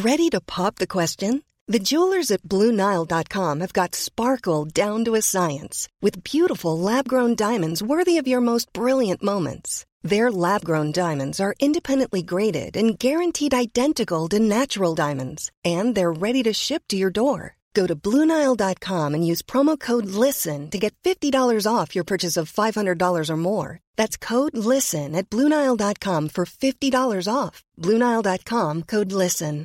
Ready to pop the question? The jewelers at BlueNile.com have got sparkle down to a science with beautiful lab-grown diamonds worthy of your most brilliant moments. Their lab-grown diamonds are independently graded and guaranteed identical to natural diamonds, and they're ready to ship to your door. Go to BlueNile.com and use promo code LISTEN to get $50 off your purchase of $500 or more. That's code LISTEN at BlueNile.com for $50 off. BlueNile.com, code LISTEN.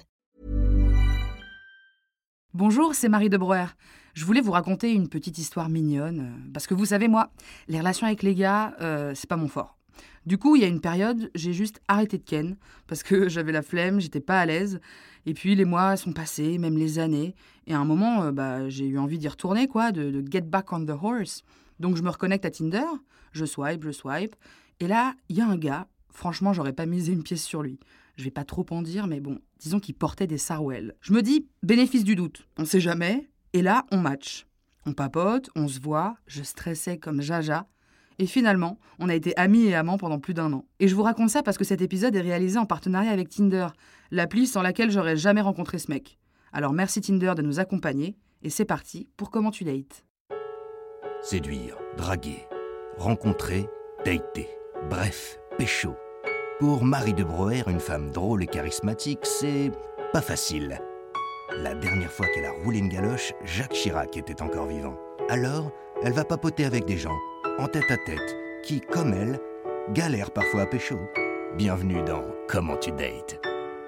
Bonjour, c'est Marie de Breuer. Je voulais vous raconter une petite histoire mignonne, parce que vous savez, moi, les relations avec les gars, c'est pas mon fort. Du coup, il y a une période, j'ai juste arrêté de ken, parce que j'avais la flemme, j'étais pas à l'aise. Et puis les mois sont passés, même les années. Et à un moment, j'ai eu envie d'y retourner, quoi, de get back on the horse. Donc je me reconnecte à Tinder, je swipe. Et là, il y a un gars, franchement, j'aurais pas misé une pièce sur lui. Je vais pas trop en dire, mais bon, disons qu'il portait des sarouels. Je me dis, bénéfice du doute, on sait jamais. Et là, on match. On papote, on se voit, je stressais comme jaja. Et finalement, on a été amis et amants pendant plus d'1 an. Et je vous raconte ça parce que cet épisode est réalisé en partenariat avec Tinder, l'appli sans laquelle j'aurais jamais rencontré ce mec. Alors merci Tinder de nous accompagner, et c'est parti pour Comment tu dates. Séduire, draguer, rencontrer, dater. Bref, pécho. Pour Marie de Breuer, une femme drôle et charismatique, c'est pas facile. La dernière fois qu'elle a roulé une galoche, Jacques Chirac était encore vivant. Alors, elle va papoter avec des gens, en tête à tête, qui, comme elle, galèrent parfois à pécho. Bienvenue dans Comment tu dates.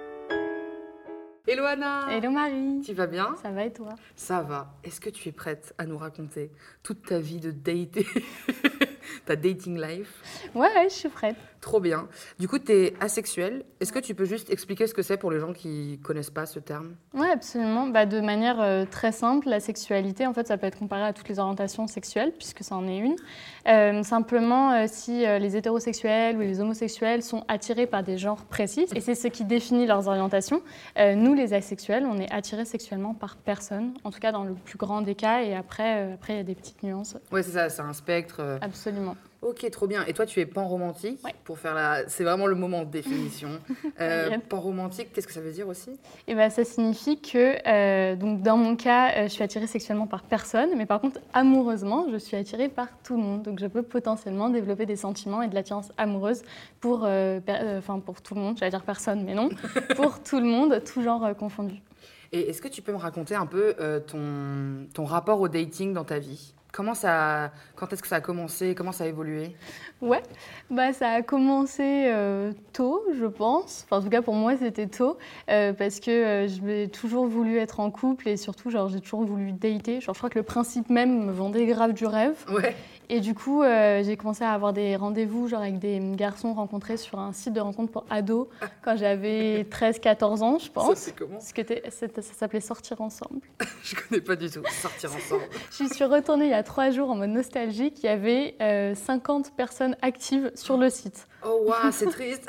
Hello Anna. Hello Marie. Tu vas bien? Ça va et toi? Ça va. Est-ce que tu es prête à nous raconter toute ta vie de dater, ta dating life? Ouais, je suis prête. Trop bien. Du coup, tu es asexuelle. Est-ce que tu peux juste expliquer ce que c'est pour les gens qui connaissent pas ce terme? Ouais, absolument. De manière très simple, la sexualité, en fait, ça peut être comparé à toutes les orientations sexuelles, puisque ça en est une. Simplement, si les hétérosexuels ou les homosexuels sont attirés par des genres précis, et c'est ce qui définit leurs orientations, nous, les asexuels, on est attirés sexuellement par personne, en tout cas dans le plus grand des cas, et après, il y a des petites nuances. Ouais, c'est ça, c'est un spectre. Absolument. Ok, trop bien. Et toi, tu es pan-romantique? Ouais. Pour faire c'est vraiment le moment de définition. Pan-romantique, qu'est-ce que ça veut dire aussi? Ça signifie que, donc dans mon cas, je suis attirée sexuellement par personne, mais par contre, amoureusement, je suis attirée par tout le monde. Donc je peux potentiellement développer des sentiments et de l'attirance amoureuse pour tout le monde. J'allais dire personne, mais non. Pour tout le monde, tout genre confondu. Et est-ce que tu peux me raconter un peu ton rapport au dating dans ta vie? Quand est-ce que ça a commencé? Comment ça a évolué? Ouais, ça a commencé tôt, je pense. Enfin, en tout cas, pour moi, c'était tôt parce que j'ai toujours voulu être en couple et surtout, j'ai toujours voulu dater. Je crois que le principe même me vendait grave du rêve. Ouais. Et du coup, j'ai commencé à avoir des rendez-vous avec des garçons rencontrés sur un site de rencontre pour ados quand j'avais 13-14 ans, je pense. Ça, c'est comment? Ça s'appelait Sortir ensemble. Je connais pas du tout. Sortir ensemble. Je suis retournée il y a 3 jours en mode nostalgique. Il y avait 50 personnes actives sur le site. Oh waouh, c'est triste.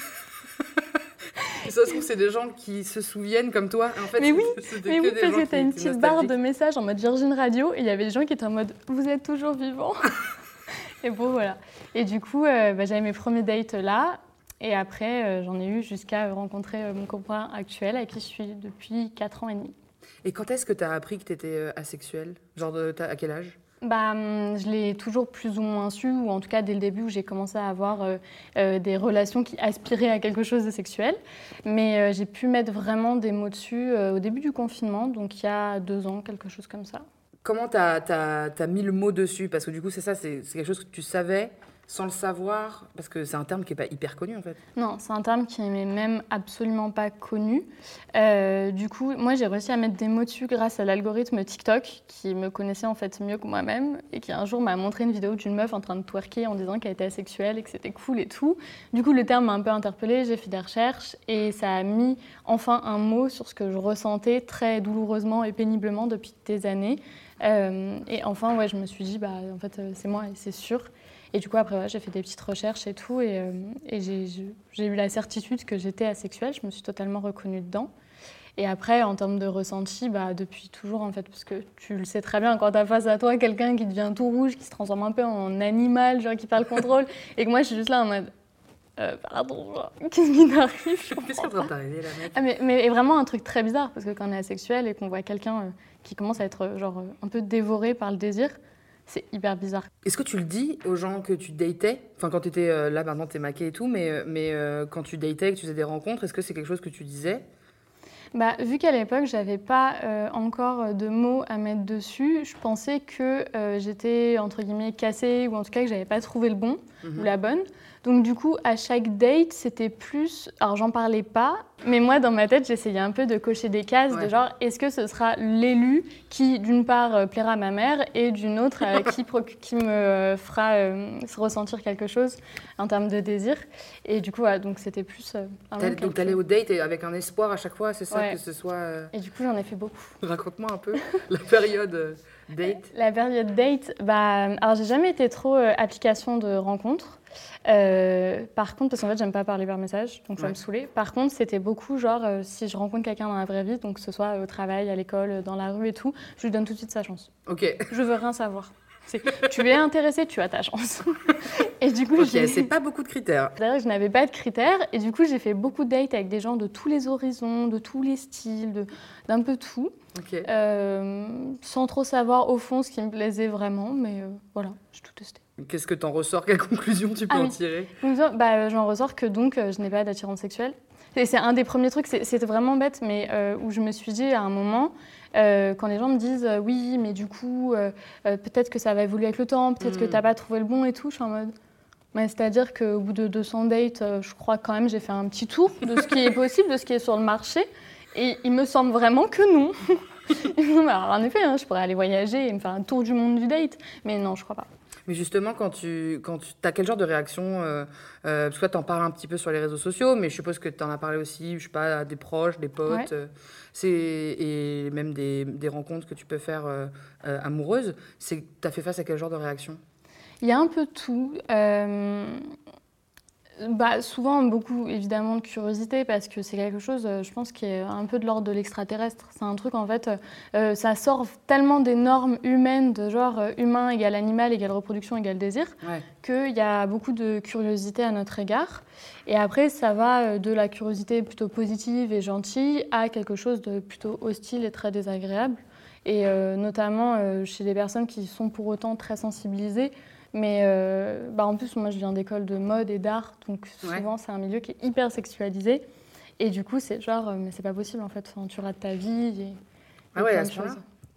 Ça se trouve, c'est des gens qui se souviennent comme toi. En fait, mais oui, parce que tu as une petite barre de messages en mode Virgin Radio et il y avait des gens qui étaient en mode « Vous êtes toujours vivants ?» Et bon, voilà. Et du coup, j'avais mes premiers dates là. Et après, j'en ai eu jusqu'à rencontrer mon copain actuel avec qui je suis depuis 4 ans et demi. Et quand est-ce que tu as appris que tu étais asexuelle? À quel âge? Je l'ai toujours plus ou moins su, ou en tout cas dès le début où j'ai commencé à avoir des relations qui aspiraient à quelque chose de sexuel. Mais j'ai pu mettre vraiment des mots dessus au début du confinement, donc il y a 2 ans, quelque chose comme ça. Comment t'as mis le mot dessus? Parce que du coup, c'est quelque chose que tu savais sans le savoir? Parce que c'est un terme qui n'est pas hyper connu, en fait. Non, c'est un terme qui n'est même absolument pas connu. Du coup, moi, j'ai réussi à mettre des mots dessus grâce à l'algorithme TikTok, qui me connaissait en fait mieux que moi-même, et qui un jour m'a montré une vidéo d'une meuf en train de twerker en disant qu'elle était asexuelle et que c'était cool et tout. Du coup, le terme m'a un peu interpellée, j'ai fait des recherches, et ça a mis enfin un mot sur ce que je ressentais très douloureusement et péniblement depuis des années. Et enfin, ouais, je me suis dit, en fait, c'est moi et c'est sûr. Et du coup, après, j'ai fait des petites recherches et tout, et j'ai eu la certitude que j'étais asexuelle. Je me suis totalement reconnue dedans. Et après, en termes de ressenti, depuis toujours, en fait, parce que tu le sais très bien, quand tu as face à toi quelqu'un qui devient tout rouge, qui se transforme un peu en animal, genre qui perd le contrôle, et que moi, je suis juste là en mode pardon, genre, qu'est-ce qui m'arrive? Qu'est-ce qui est en train de t'arriver là, mec? Ah, mais vraiment un truc très bizarre, parce que quand on est asexuel et qu'on voit quelqu'un qui commence à être genre un peu dévoré par le désir, c'est hyper bizarre. Est-ce que tu le dis aux gens que tu datais? Enfin, quand tu étais là, maintenant t'es maquée et tout, mais quand tu datais et que tu faisais des rencontres, est-ce que c'est quelque chose que tu disais? Bah, vu qu'à l'époque, j'avais pas encore de mots à mettre dessus, je pensais que j'étais, entre guillemets, cassée, ou en tout cas que j'avais pas trouvé le bon ou la bonne. Donc du coup, à chaque date, c'était plus... Alors, j'en parlais pas, mais moi, dans ma tête, j'essayais un peu de cocher des cases, de genre, est-ce que ce sera l'élu qui, d'une part, plaira à ma mère, et d'une autre, qui me fera ressentir quelque chose en termes de désir. Et du coup, voilà, donc c'était plus... Donc t'allais au date avec un espoir à chaque fois, c'est ça, ouais. que ce soit... Et du coup, j'en ai fait beaucoup. Raconte-moi un peu la période date. La période date, alors j'ai jamais été trop application de rencontre. Par contre, parce qu'en fait, j'aime pas parler par message, donc ça me saoulait. Par contre, c'était beaucoup genre, si je rencontre quelqu'un dans la vraie vie, donc que ce soit au travail, à l'école, dans la rue et tout, je lui donne tout de suite sa chance. Ok. Je veux rien savoir. Tu es intéressé, tu as ta chance. Et du coup, c'est pas beaucoup de critères. D'ailleurs, je n'avais pas de critères, et du coup, j'ai fait beaucoup de dates avec des gens de tous les horizons, de tous les styles, d'un peu tout. Okay. Sans trop savoir au fond ce qui me plaisait vraiment, mais voilà, j'ai tout testé. Qu'est-ce que t'en ressors? Quelle conclusion tu peux en tirer? J'en ressors que donc je n'ai pas d'attirance sexuelle. Et c'est un des premiers trucs, c'était vraiment bête, mais où je me suis dit à un moment, quand les gens me disent oui, mais du coup, peut-être que ça va évoluer avec le temps, peut-être que t'as pas trouvé le bon et tout, je suis en mode... Mais c'est-à-dire qu'au bout de 200 dates, je crois quand même j'ai fait un petit tour de ce qui est possible, de ce qui est sur le marché. Et il me semble vraiment que non. Alors, en effet, je pourrais aller voyager et me faire un tour du monde du date. Mais non, je crois pas. Mais justement, quand tu as quel genre de réaction parce que toi, t'en parles un petit peu sur les réseaux sociaux, mais je suppose que t'en as parlé aussi, je sais pas, à des proches, des potes, et même des rencontres que tu peux faire amoureuses. T'as fait face à quel genre de réaction? Il y a un peu de tout. Souvent, beaucoup, évidemment, de curiosité, parce que c'est quelque chose, je pense, qui est un peu de l'ordre de l'extraterrestre. C'est un truc, en fait, ça sort tellement des normes humaines, de genre humain égale animal égale reproduction égale désir, qu'il y a beaucoup de curiosité à notre égard. Et après, ça va de la curiosité plutôt positive et gentille à quelque chose de plutôt hostile et très désagréable. Et notamment chez des personnes qui sont pour autant très sensibilisées. Mais en plus, moi, je viens d'école de mode et d'art, donc souvent, c'est un milieu qui est hyper sexualisé. Et du coup, c'est genre, mais c'est pas possible, en fait. Enfin, tu rates ta vie et plein de choses.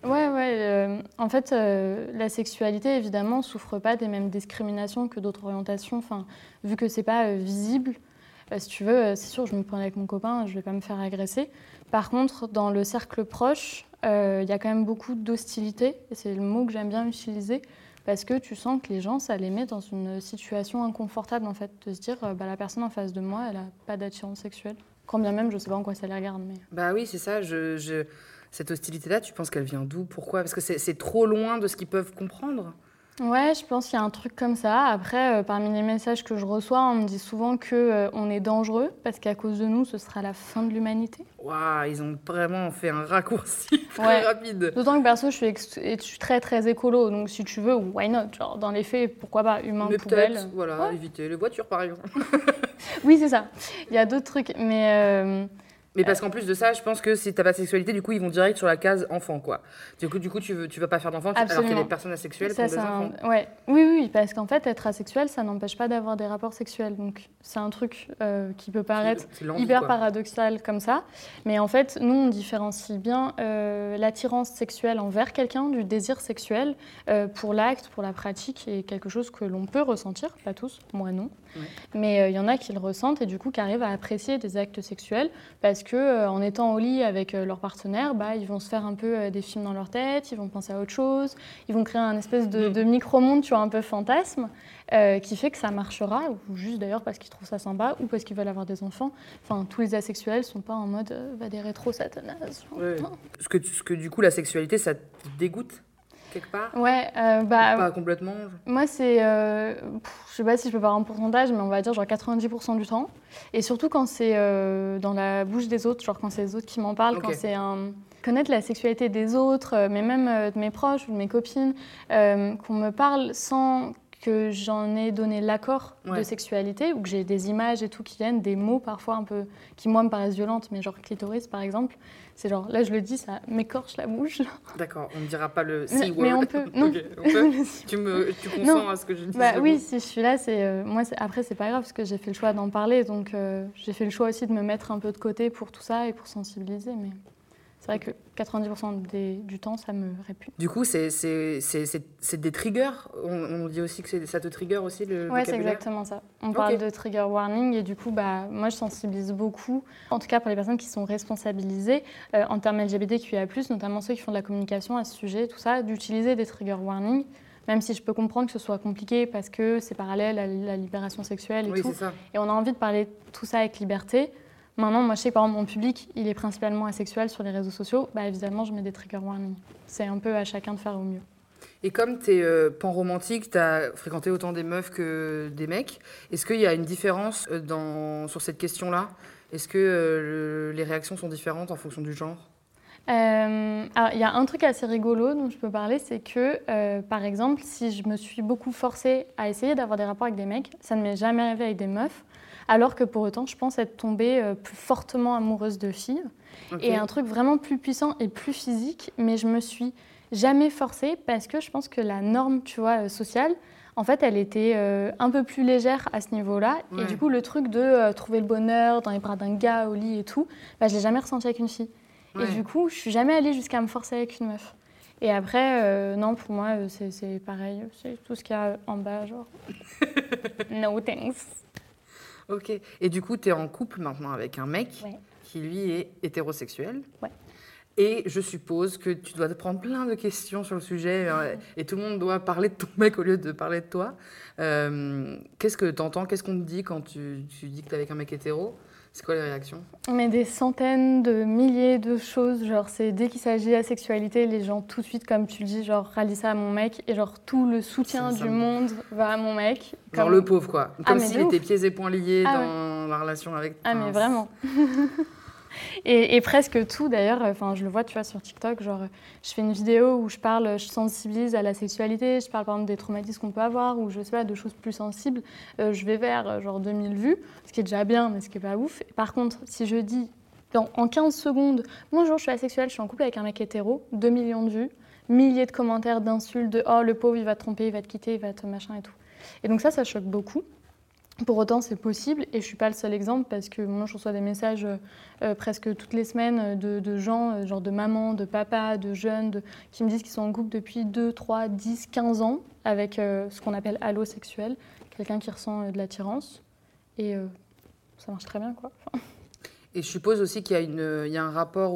En fait, la sexualité, évidemment, souffre pas des mêmes discriminations que d'autres orientations. Enfin, vu que c'est pas visible, si tu veux, c'est sûr, je me prends avec mon copain, je vais pas me faire agresser. Par contre, dans le cercle proche, il y a quand même beaucoup d'hostilité, et c'est le mot que j'aime bien utiliser, parce que tu sens que les gens, ça les met dans une situation inconfortable, en fait, de se dire, la personne en face de moi, elle a pas d'attirance sexuelle. Quand bien même, je sais pas en quoi ça les regarde, mais... Bah oui, c'est ça, cette hostilité-là, tu penses qu'elle vient d'où? Pourquoi? Parce que c'est trop loin de ce qu'ils peuvent comprendre. Ouais, je pense qu'il y a un truc comme ça. Après, parmi les messages que je reçois, on me dit souvent qu'on est dangereux parce qu'à cause de nous, ce sera la fin de l'humanité. Waouh, ils ont vraiment fait un raccourci très rapide. D'autant que perso, je suis très très écolo, donc si tu veux, why not? Genre, dans les faits, pourquoi pas, humain, mais poubelle. Peut-être, voilà, éviter les voitures par exemple. Oui, c'est ça. Il y a d'autres trucs, mais... Mais parce qu'en plus de ça, je pense que si t'as pas de sexualité, du coup, ils vont direct sur la case enfant, quoi. Du coup, tu veux pas faire d'enfant, alors qu'il y a des personnes asexuelles qui ont des enfants. Oui, parce qu'en fait, être asexuel, ça n'empêche pas d'avoir des rapports sexuels. Donc, c'est un truc qui peut paraître hyper paradoxal comme ça. Mais en fait, nous, on différencie bien l'attirance sexuelle envers quelqu'un du désir sexuel pour l'acte, pour la pratique, et quelque chose que l'on peut ressentir, pas tous, moi non. Mais il y en a qui le ressentent et du coup, qui arrivent à apprécier des actes sexuels parce que en étant au lit avec leur partenaire, ils vont se faire un peu des films dans leur tête, ils vont penser à autre chose, ils vont créer un espèce de micro-monde, tu vois, un peu fantasme, qui fait que ça marchera, ou juste d'ailleurs parce qu'ils trouvent ça sympa, ou parce qu'ils veulent avoir des enfants. Enfin, tous les asexuels sont pas en mode des rétro-satanas. Est-ce que du coup, la sexualité, ça te dégoûte quelque part? Pas complètement. Moi, c'est... je sais pas si je peux parler en pourcentage, mais on va dire genre 90% du temps. Et surtout quand c'est dans la bouche des autres, genre quand c'est les autres qui m'en parlent, quand c'est connaître la sexualité des autres, mais même de mes proches ou de mes copines, qu'on me parle sans que j'en ai donné l'accord de sexualité, ou que j'ai des images et tout qui viennent, des mots parfois un peu, qui moi me paraissent violentes, mais genre clitoris par exemple, c'est genre, là je le dis, ça m'écorche la bouche. D'accord, on ne dira pas le C-word. Mais on peut, non. Okay, on peut. Tu consens à ce que je dis? Oui, si je suis là, après c'est pas grave, parce que j'ai fait le choix d'en parler, donc j'ai fait le choix aussi de me mettre un peu de côté pour tout ça et pour sensibiliser, mais... C'est vrai que 90% du temps, ça me répugne. Du coup, c'est des triggers. On dit aussi que ça te trigger aussi le vocabulaire. Oui, c'est exactement ça. On parle de trigger warning et du coup, moi, je sensibilise beaucoup. En tout cas, pour les personnes qui sont responsabilisées en termes LGBTQIA+, notamment ceux qui font de la communication à ce sujet, tout ça, d'utiliser des trigger warnings. Même si je peux comprendre que ce soit compliqué parce que c'est parallèle à la libération sexuelle et tout. C'est ça. Et on a envie de parler de tout ça avec liberté. Maintenant, moi, je sais que par exemple, mon public, il est principalement asexuel sur les réseaux sociaux. Évidemment, je mets des trigger warnings. C'est un peu à chacun de faire au mieux. Et comme tu es pan-romantique, tu as fréquenté autant des meufs que des mecs. Est-ce qu'il y a une différence sur cette question-là? Est-ce que les réactions sont différentes en fonction du genre? Alors, il y a un truc assez rigolo dont je peux parler, c'est que, par exemple, si je me suis beaucoup forcée à essayer d'avoir des rapports avec des mecs, ça ne m'est jamais arrivé avec des meufs. Alors que pour autant, je pense être tombée plus fortement amoureuse de filles. Okay. Et un truc vraiment plus puissant et plus physique, mais je me suis jamais forcée parce que je pense que la norme, tu vois, sociale, en fait, elle était un peu plus légère à ce niveau-là. Ouais. Et du coup, le truc de trouver le bonheur dans les bras d'un gars au lit et tout, je l'ai jamais ressenti avec une fille. Ouais. Et du coup, je suis jamais allée jusqu'à me forcer avec une meuf. Et après, non, pour moi, c'est pareil. C'est tout ce qu'il y a en bas, genre. No thanks. Ok. Et du coup, tu es en couple maintenant avec un mec qui, lui, est hétérosexuel. Ouais. Et je suppose que tu dois te prendre plein de questions sur le sujet et tout le monde doit parler de ton mec au lieu de parler de toi. Qu'est-ce que tu entends? Qu'est-ce qu'on te dit quand tu dis que tu es avec un mec hétéro? C'est quoi les réactions? Mais des centaines de milliers de choses. Genre, c'est dès qu'il s'agit de la sexualité, les gens tout de suite, comme tu le dis, genre, rallient ça à mon mec. Et genre, tout le soutien du monde va à mon mec. Genre le pauvre, quoi. Comme s'il était pieds et poings liés dans la relation avec... mais vraiment. Et presque tout, d'ailleurs, je le vois, tu vois, sur TikTok, genre, je fais une vidéo où je sensibilise à la sexualité, je parle par exemple des traumatismes qu'on peut avoir, ou je sais pas, de choses plus sensibles, je vais vers genre 2000 vues, ce qui est déjà bien, mais ce qui est pas ouf. Et par contre, si je dis en 15 secondes, bonjour, je suis asexuelle, je suis en couple avec un mec hétéro, 2 millions de vues, milliers de commentaires, d'insultes, de oh, le pauvre, il va te tromper, il va te quitter, il va te machin et tout. Et donc ça choque beaucoup. Pour autant, c'est possible et je ne suis pas le seul exemple parce que moi, je reçois des messages presque toutes les semaines de gens, genre de mamans, de papas, de jeunes, qui me disent qu'ils sont en couple depuis 2, 3, 10, 15 ans avec ce qu'on appelle allosexuel, quelqu'un qui ressent de l'attirance. Et ça marche très bien, quoi. Et je suppose aussi qu'il y a un rapport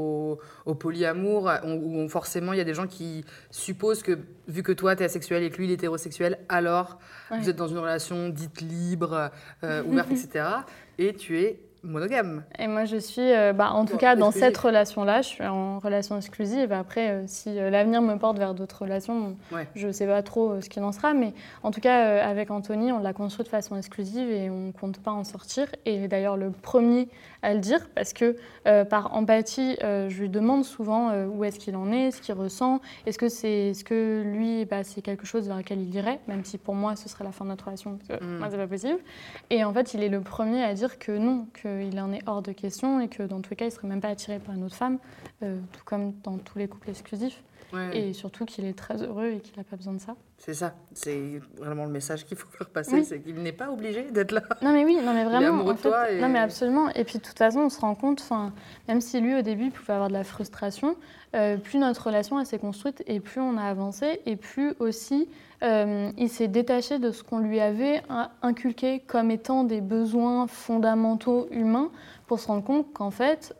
au polyamour, où forcément il y a des gens qui supposent que, vu que toi tu es asexuel et que lui il est hétérosexuel, alors vous êtes dans une relation dite libre, ouverte, etc. Et tu es monogame. Et moi je suis, en tout cas dans cette relation-là, je suis en relation exclusive. Après, si l'avenir me porte vers d'autres relations, je ne sais pas trop ce qu'il en sera. Mais en tout cas, avec Anthony, on l'a construit de façon exclusive et on ne compte pas en sortir. Et d'ailleurs, le premier à le dire, parce que par empathie, je lui demande souvent où est-ce qu'il en est, ce qu'il ressent. Est-ce que lui, c'est quelque chose vers lequel il irait, même si pour moi, ce serait la fin de notre relation, parce que moi, c'est pas possible. Et en fait, il est le premier à dire que non, qu'il en est hors de question et que dans tous les cas, il ne serait même pas attiré par une autre femme, tout comme dans tous les couples exclusifs. Ouais. Et surtout qu'il est très heureux et qu'il n'a pas besoin de ça. C'est ça, c'est vraiment le message qu'il faut faire passer, c'est qu'il n'est pas obligé d'être là. Non mais oui, non mais vraiment. Il est amoureux de toi. Non mais absolument. Et puis de toute façon, on se rend compte, même si lui au début il pouvait avoir de la frustration, plus notre relation elle s'est construite et plus on a avancé et plus aussi il s'est détaché de ce qu'on lui avait inculqué comme étant des besoins fondamentaux humains pour se rendre compte qu'en fait,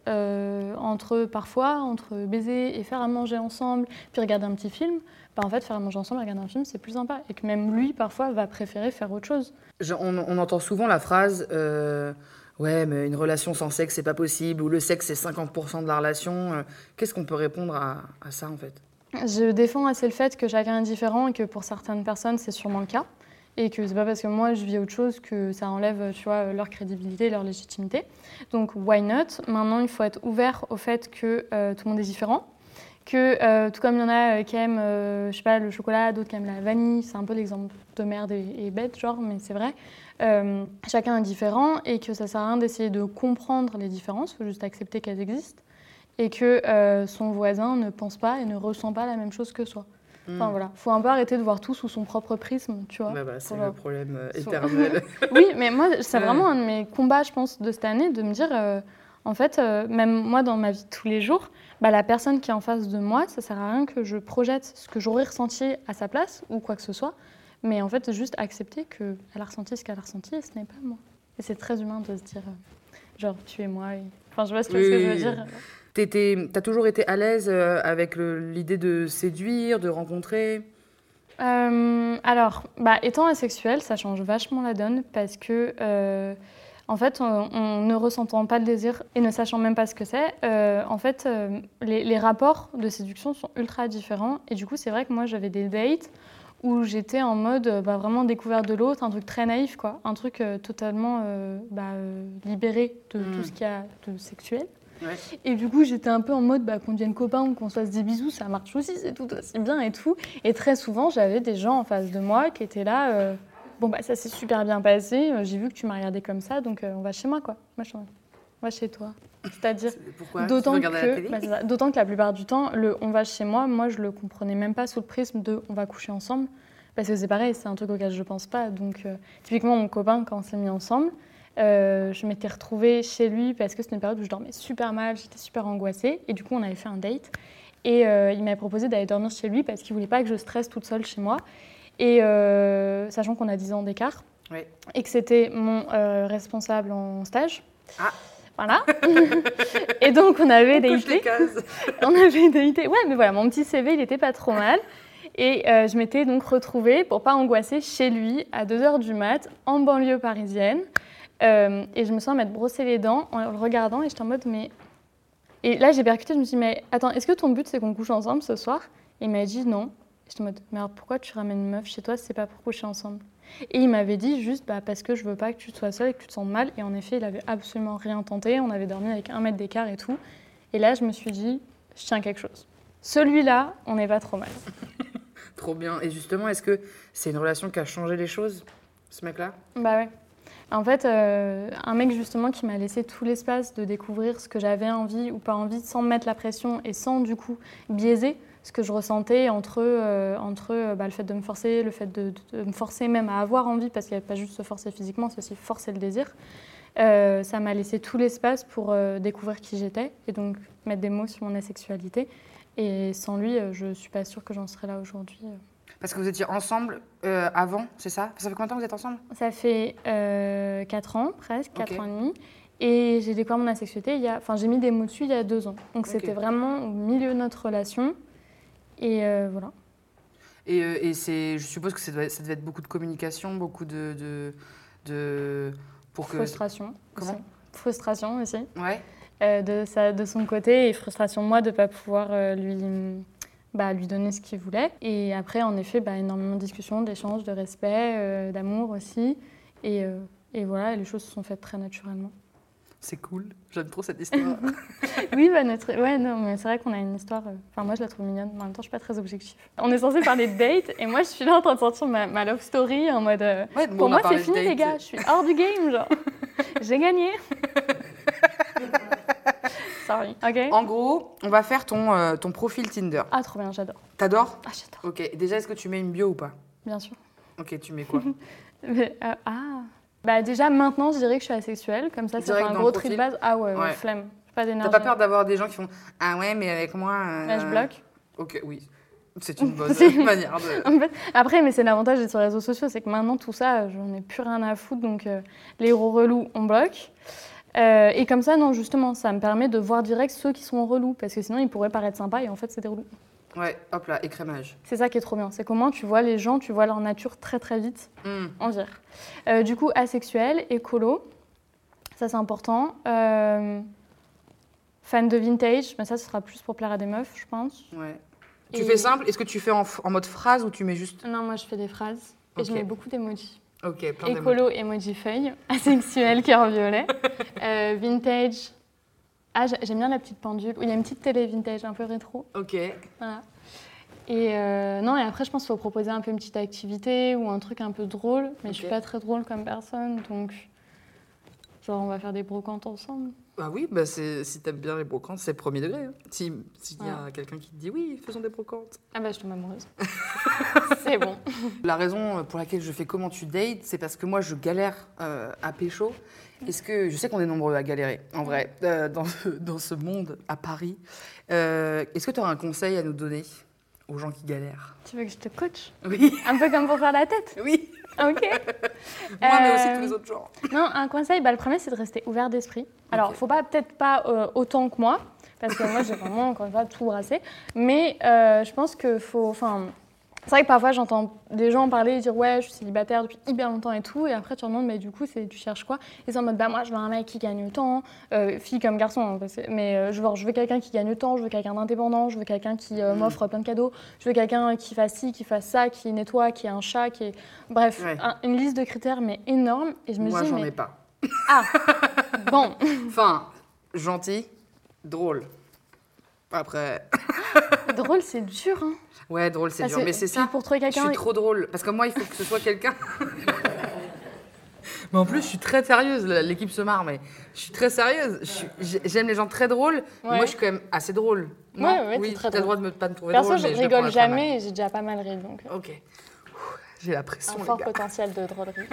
entre baiser et faire à manger ensemble, puis regarder un petit film, en fait, faire à manger ensemble et regarder un film, c'est plus sympa. Et que même lui, parfois, va préférer faire autre chose. On entend souvent la phrase « Ouais, mais une relation sans sexe, c'est pas possible » ou « Le sexe, c'est 50% de la relation ». Qu'est-ce qu'on peut répondre à ça, en fait? Je défends assez le fait que chacun est différent et que pour certaines personnes, c'est sûrement le cas. Et que c'est pas parce que moi, je vis autre chose que ça enlève, tu vois, leur crédibilité, leur légitimité. Donc, why not? Maintenant, il faut être ouvert au fait que tout le monde est différent, que tout comme il y en a qui aiment, je sais pas, le chocolat, d'autres qui aiment la vanille, c'est un peu l'exemple de merde et bête, genre, mais c'est vrai. Chacun est différent et que ça sert à rien d'essayer de comprendre les différences, il faut juste accepter qu'elles existent et que son voisin ne pense pas et ne ressent pas la même chose que soi. Enfin voilà, faut un peu arrêter de voir tout sous son propre prisme, tu vois. C'est le problème éternel. Oui, mais moi, c'est vraiment un de mes combats, je pense, de cette année, de me dire, en fait, même moi, dans ma vie de tous les jours, la personne qui est en face de moi, ça sert à rien que je projette ce que j'aurais ressenti à sa place ou quoi que ce soit, mais en fait, juste accepter qu'elle a ressenti ce qu'elle a ressenti et ce n'est pas moi. Et c'est très humain de se dire, genre, tu es moi. Enfin, je vois ce que je veux dire. T'as toujours été à l'aise avec l'idée de séduire, de rencontrer ? Alors, étant asexuelle, ça change vachement la donne parce que, en fait, on ne ressentant pas le désir et ne sachant même pas ce que c'est, en fait, les rapports de séduction sont ultra différents. Et du coup, c'est vrai que moi, j'avais des dates où j'étais en mode vraiment découverte de l'autre, un truc très naïf, quoi. Un truc totalement libéré de tout ce qu'il y a de sexuel. Ouais. Et du coup, j'étais un peu en mode qu'on devienne copains ou qu'on se fasse des bisous, ça marche aussi, c'est tout aussi bien et tout. Et très souvent, j'avais des gens en face de moi qui étaient là, ça s'est super bien passé, j'ai vu que tu m'as regardé comme ça, donc on va chez moi, quoi. Moi, on va chez toi. C'est-à-dire, pourquoi d'autant que la plupart du temps, le on va chez moi, moi, je le comprenais même pas sous le prisme de on va coucher ensemble, parce que c'est pareil, c'est un truc auquel je pense pas. Donc, typiquement, mon copain, quand on s'est mis ensemble, je m'étais retrouvée chez lui parce que c'était une période où je dormais super mal, j'étais super angoissée. Et du coup, on avait fait un date. Et il m'avait proposé d'aller dormir chez lui parce qu'il ne voulait pas que je stresse toute seule chez moi. Et sachant qu'on a 10 ans d'écart. Oui. Et que c'était mon responsable en stage. Ah. Voilà. Et donc, on avait daté. On avait daté. Ouais, mais voilà, mon petit CV, il n'était pas trop mal. Et je m'étais donc retrouvée, pour pas angoisser, chez lui à 2h du mat, en banlieue parisienne. Et je me sens m'être brossé les dents en le regardant et j'étais en mode mais... Et là j'ai percuté, je me suis dit mais attends, est-ce que ton but c'est qu'on couche ensemble ce soir ? Et il m'a dit non. Et j'étais en mode mais alors pourquoi tu ramènes une meuf chez toi si c'est pas pour coucher ensemble ? Et il m'avait dit juste parce que je veux pas que tu sois seule et que tu te sentes mal. Et en effet il avait absolument rien tenté, on avait dormi avec 1 mètre d'écart et tout. Et là je me suis dit je tiens quelque chose. Celui-là, on n'est pas trop mal. Trop bien. Et justement, est-ce que c'est une relation qui a changé les choses, ce mec-là ? Bah ouais. En fait, un mec justement qui m'a laissé tout l'espace de découvrir ce que j'avais envie ou pas envie, sans me mettre la pression et sans du coup biaiser ce que je ressentais entre le fait de me forcer, le fait de me forcer même à avoir envie, parce qu'il n'y avait pas juste se forcer physiquement, c'est aussi forcer le désir. Ça m'a laissé tout l'espace pour découvrir qui j'étais et donc mettre des mots sur mon asexualité. Et sans lui, je ne suis pas sûre que j'en serais là aujourd'hui. Parce que vous étiez ensemble avant, c'est ça ? Ça fait combien de temps que vous êtes ensemble ? Ça fait 4 ans, presque, 4 ans et demi. Et j'ai découvert mon asexualité, j'ai mis des mots dessus il y a 2 ans. Donc c'était vraiment au milieu de notre relation. Et voilà. Et je suppose que ça devait être beaucoup de communication, beaucoup de frustration. Comment ? Aussi. Frustration aussi. Ouais. De son côté, et frustration moi de ne pas pouvoir lui donner ce qu'il voulait. Et après, en effet, énormément de discussions, d'échanges, de respect, d'amour aussi. Et voilà, les choses se sont faites très naturellement. C'est cool, j'aime trop cette histoire. Oui, mais c'est vrai qu'on a une histoire... moi, je la trouve mignonne, mais en même temps, je ne suis pas très objective. On est censé parler de date, et moi, je suis là en train de sortir ma love story en mode... pour moi, c'est fini, les gars, je suis hors du game, genre. J'ai gagné. Sorry. Okay. En gros, on va faire ton profil Tinder. Ah, trop bien, j'adore. T'adores ? Ah, j'adore. Ok, déjà, est-ce que tu mets une bio ou pas ? Bien sûr. Ok, tu mets quoi ? Déjà, maintenant, je dirais que je suis asexuelle. Comme ça fait un gros tri de base. Ah ouais, flemme. Pas d'énergie. T'as pas peur d'avoir des gens qui font « Ah ouais, mais avec moi... » je bloque. Ok, oui. C'est une bonne manière de... En fait, après, mais c'est l'avantage d'être sur les réseaux sociaux, c'est que maintenant, tout ça, j'en ai plus rien à foutre. Donc, les gros relous, on bloque. Et comme ça, non, justement, ça me permet de voir direct ceux qui sont relous. Parce que sinon, ils pourraient paraître sympas et en fait, c'est des relous. Ouais, hop là, écrémage. C'est ça qui est trop bien. C'est comment tu vois les gens, tu vois leur nature très très vite en vire. Du coup, asexuel, écolo, ça c'est important. Fan de vintage, mais ça, ce sera plus pour plaire à des meufs, je pense. Ouais. Tu fais simple ? Est-ce que tu fais en mode phrase ou tu mets juste... Non, moi je fais des phrases et je mets beaucoup d'emojis. Ok, plein d'emojis. Écolo, emoji feuille, asexuel, cœur violet. Vintage, J'aime bien la petite pendule. Il y a une petite télé vintage, un peu rétro. Ok. Voilà. Et non, et après, je pense qu'il faut proposer un peu une petite activité ou un truc un peu drôle. Mais je suis pas très drôle comme personne, donc genre on va faire des brocantes ensemble. Bah oui, bah si t'aimes bien les brocantes, c'est premier degré. Hein. S'il y a quelqu'un qui te dit oui, faisons des brocantes. Ah bah je tombe amoureuse. C'est bon. La raison pour laquelle je fais comment tu dates, c'est parce que moi je galère à pécho. Est-ce que je sais qu'on est nombreux à galérer, en vrai, dans ce monde à Paris. Est-ce que tu auras un conseil à nous donner aux gens qui galèrent? Tu veux que je te coach? Oui. Un peu comme pour faire la tête? Oui. Ok. Moi, mais aussi tous les autres genres. Non, un conseil, le premier, c'est de rester ouvert d'esprit. Alors, faut peut-être pas autant que moi, parce que moi, j'ai vraiment, encore une fois, tout brassé. Mais je pense que faut... C'est vrai que parfois, j'entends des gens parler et dire « Ouais, je suis célibataire depuis hyper longtemps et tout. » Et après, tu leur demandes « Mais du coup, tu cherches quoi ?» Et c'est en mode « Bah moi, je veux un mec qui gagne autant. Fille comme garçon, hein, mais je veux quelqu'un qui gagne autant, je veux quelqu'un d'indépendant, je veux quelqu'un qui m'offre plein de cadeaux, je veux quelqu'un qui fasse ci, qui fasse ça, qui nettoie, qui ait un chat, qui est... Bref, une liste de critères, mais énorme. Et je me Moi, dis, j'en ai pas. Ah, bon. Enfin, gentil, drôle. Après... Drôle, c'est dur, hein. Ouais, drôle, c'est dur. Mais c'est ça, pour trouver quelqu'un... je suis trop drôle. Parce que moi, il faut que ce soit quelqu'un... Mais en plus, je suis très sérieuse. L'équipe se marre, mais je suis très sérieuse. J'aime les gens très drôles. Ouais. Mais moi, je suis quand même assez drôle. Ouais, oui, très t'as le droit de pas me trouver Perso, drôle, je mais je le prends rigole à très mal. jamais et j'ai déjà pas mal ri, donc... Ok. J'ai la pression, Un les fort gars. potentiel de drôlerie.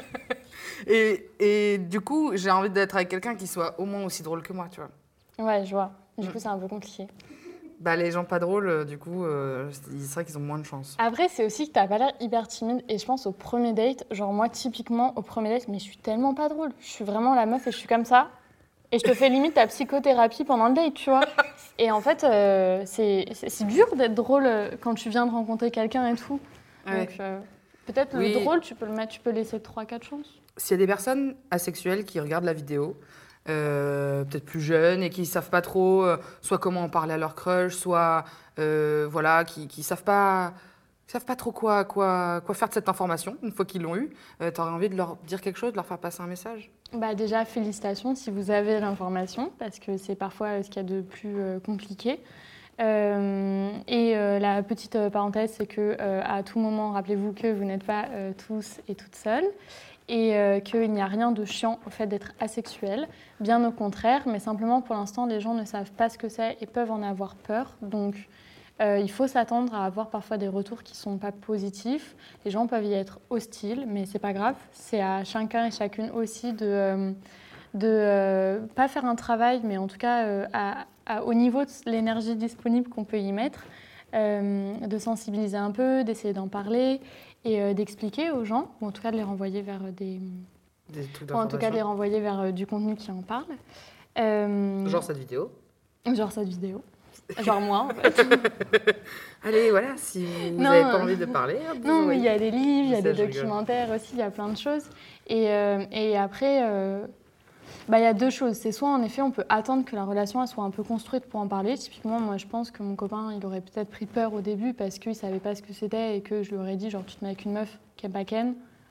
Et du coup, j'ai envie d'être avec quelqu'un qui soit au moins aussi drôle que moi, tu vois. Ouais, je vois. Du coup, c'est un peu compliqué. Bah, les gens pas drôles, du coup, c'est vrai qu'ils ont moins de chance. Après, c'est aussi que t'as pas l'air hyper timide. Et je pense au premier date, genre moi, typiquement, au premier date, mais je suis tellement pas drôle. Je suis vraiment la meuf et je suis comme ça. Et je te fais limite ta psychothérapie pendant le date, tu vois. Et en fait, c'est dur d'être drôle quand tu viens de rencontrer quelqu'un et tout. Ouais. Donc, peut-être le drôle, tu peux laisser 3-4 chances. S'il y a des personnes asexuelles qui regardent la vidéo, peut-être plus jeunes et qui ne savent pas trop soit comment en parler à leur crush, soit voilà, qui savent pas trop quoi faire de cette information une fois qu'ils l'ont eue. Tu aurais envie de leur dire quelque chose, de leur faire passer un message? Bah déjà, félicitations si vous avez l'information, parce que c'est parfois ce qu'il y a de plus compliqué. La petite parenthèse, c'est que à tout moment, rappelez-vous que vous n'êtes pas tous et toutes seules. Et qu'il n'y a rien de chiant au fait d'être asexuel, bien au contraire, mais simplement pour l'instant les gens ne savent pas ce que c'est et peuvent en avoir peur, donc il faut s'attendre à avoir parfois des retours qui ne sont pas positifs, les gens peuvent y être hostiles, mais c'est pas grave, c'est à chacun et chacune aussi de pas faire un travail, mais en tout cas au niveau de l'énergie disponible qu'on peut y mettre, de sensibiliser un peu, d'essayer d'en parler, et d'expliquer aux gens, ou en tout cas de les renvoyer vers des trucs ou en tout cas de les renvoyer vers du contenu qui en parle. Genre cette vidéo. Genre cette vidéo. Genre moi, en fait. Allez, voilà, si vous n'avez pas envie de parler. Non, mais il y a des livres, il y a des je rigole. documentaires aussi, il y a plein de choses. Et après, il y a deux choses. C'est soit, en effet, on peut attendre que la relation elle soit un peu construite pour en parler. Typiquement, moi, je pense que mon copain, il aurait peut-être pris peur au début parce qu'il ne savait pas ce que c'était et que je lui aurais dit, genre, tu te mets avec une meuf qui n'aime pas Ken.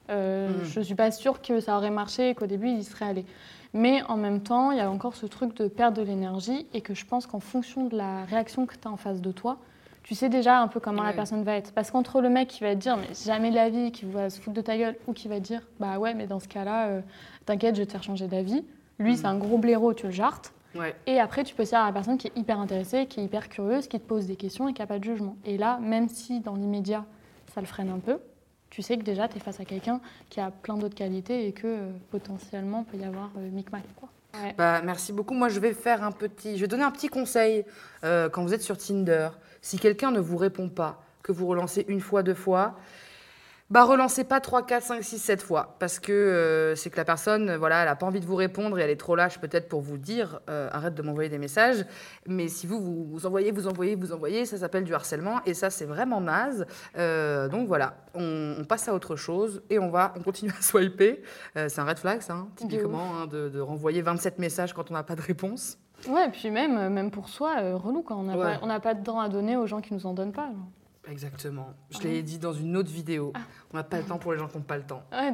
Je ne suis pas sûre que ça aurait marché et qu'au début, il y serait allé. Mais en même temps, il y a encore ce truc de perdre de l'énergie et que je pense qu'en fonction de la réaction que tu as en face de toi, tu sais déjà un peu comment la personne va être. Parce qu'entre le mec qui va te dire « mais jamais de la vie », qui va se foutre de ta gueule, ou qui va te dire « bah ouais, mais dans ce cas-là, t'inquiète, je vais te faire changer d'avis », lui, c'est un gros blaireau, tu le jartes. Ouais. Et après, tu peux servir à la personne qui est hyper intéressée, qui est hyper curieuse, qui te pose des questions et qui n'a pas de jugement. Et là, même si dans l'immédiat, ça le freine un peu, tu sais que déjà, tu es face à quelqu'un qui a plein d'autres qualités et que potentiellement, il peut y avoir micmac, quoi. Ouais. Bah, merci beaucoup. Moi, je vais donner un petit conseil quand vous êtes sur Tinder. Si quelqu'un ne vous répond pas, que vous relancez une fois, 2 fois, bah relancez pas 3, 4, 5, 6, 7 fois. Parce que c'est que la personne, voilà, elle n'a pas envie de vous répondre et elle est trop lâche peut-être pour vous dire arrête de m'envoyer des messages. Mais si vous envoyez, ça s'appelle du harcèlement et ça, c'est vraiment naze. Donc voilà, on passe à autre chose et on continue à swiper. C'est un red flag, ça, hein, typiquement, de renvoyer 27 messages quand on n'a pas de réponse. Ouais, et puis même pour soi, relou quand on n'a pas de temps à donner aux gens qui nous en donnent pas. Genre. Exactement. Je l'ai dit dans une autre vidéo. On n'a pas le temps pour les gens qui n'ont pas le temps. Ouais,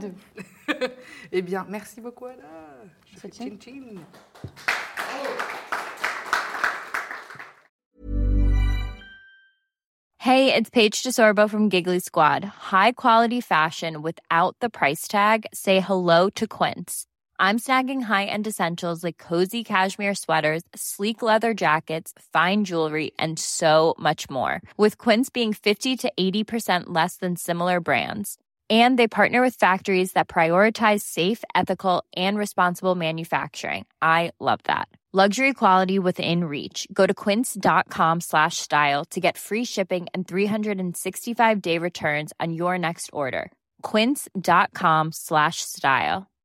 Eh bien, merci beaucoup, Anna. Je fais C'est tching tching. Hey, it's Paige DeSorbo from Giggly Squad. High quality fashion without the price tag. Say hello to Quince. I'm snagging high-end essentials like cozy cashmere sweaters, sleek leather jackets, fine jewelry, and so much more. With Quince being 50 to 80% less than similar brands. And they partner with factories that prioritize safe, ethical, and responsible manufacturing. I love that. Luxury quality within reach. Go to quince.com/style to get free shipping and 365-day returns on your next order. Quince.com/style.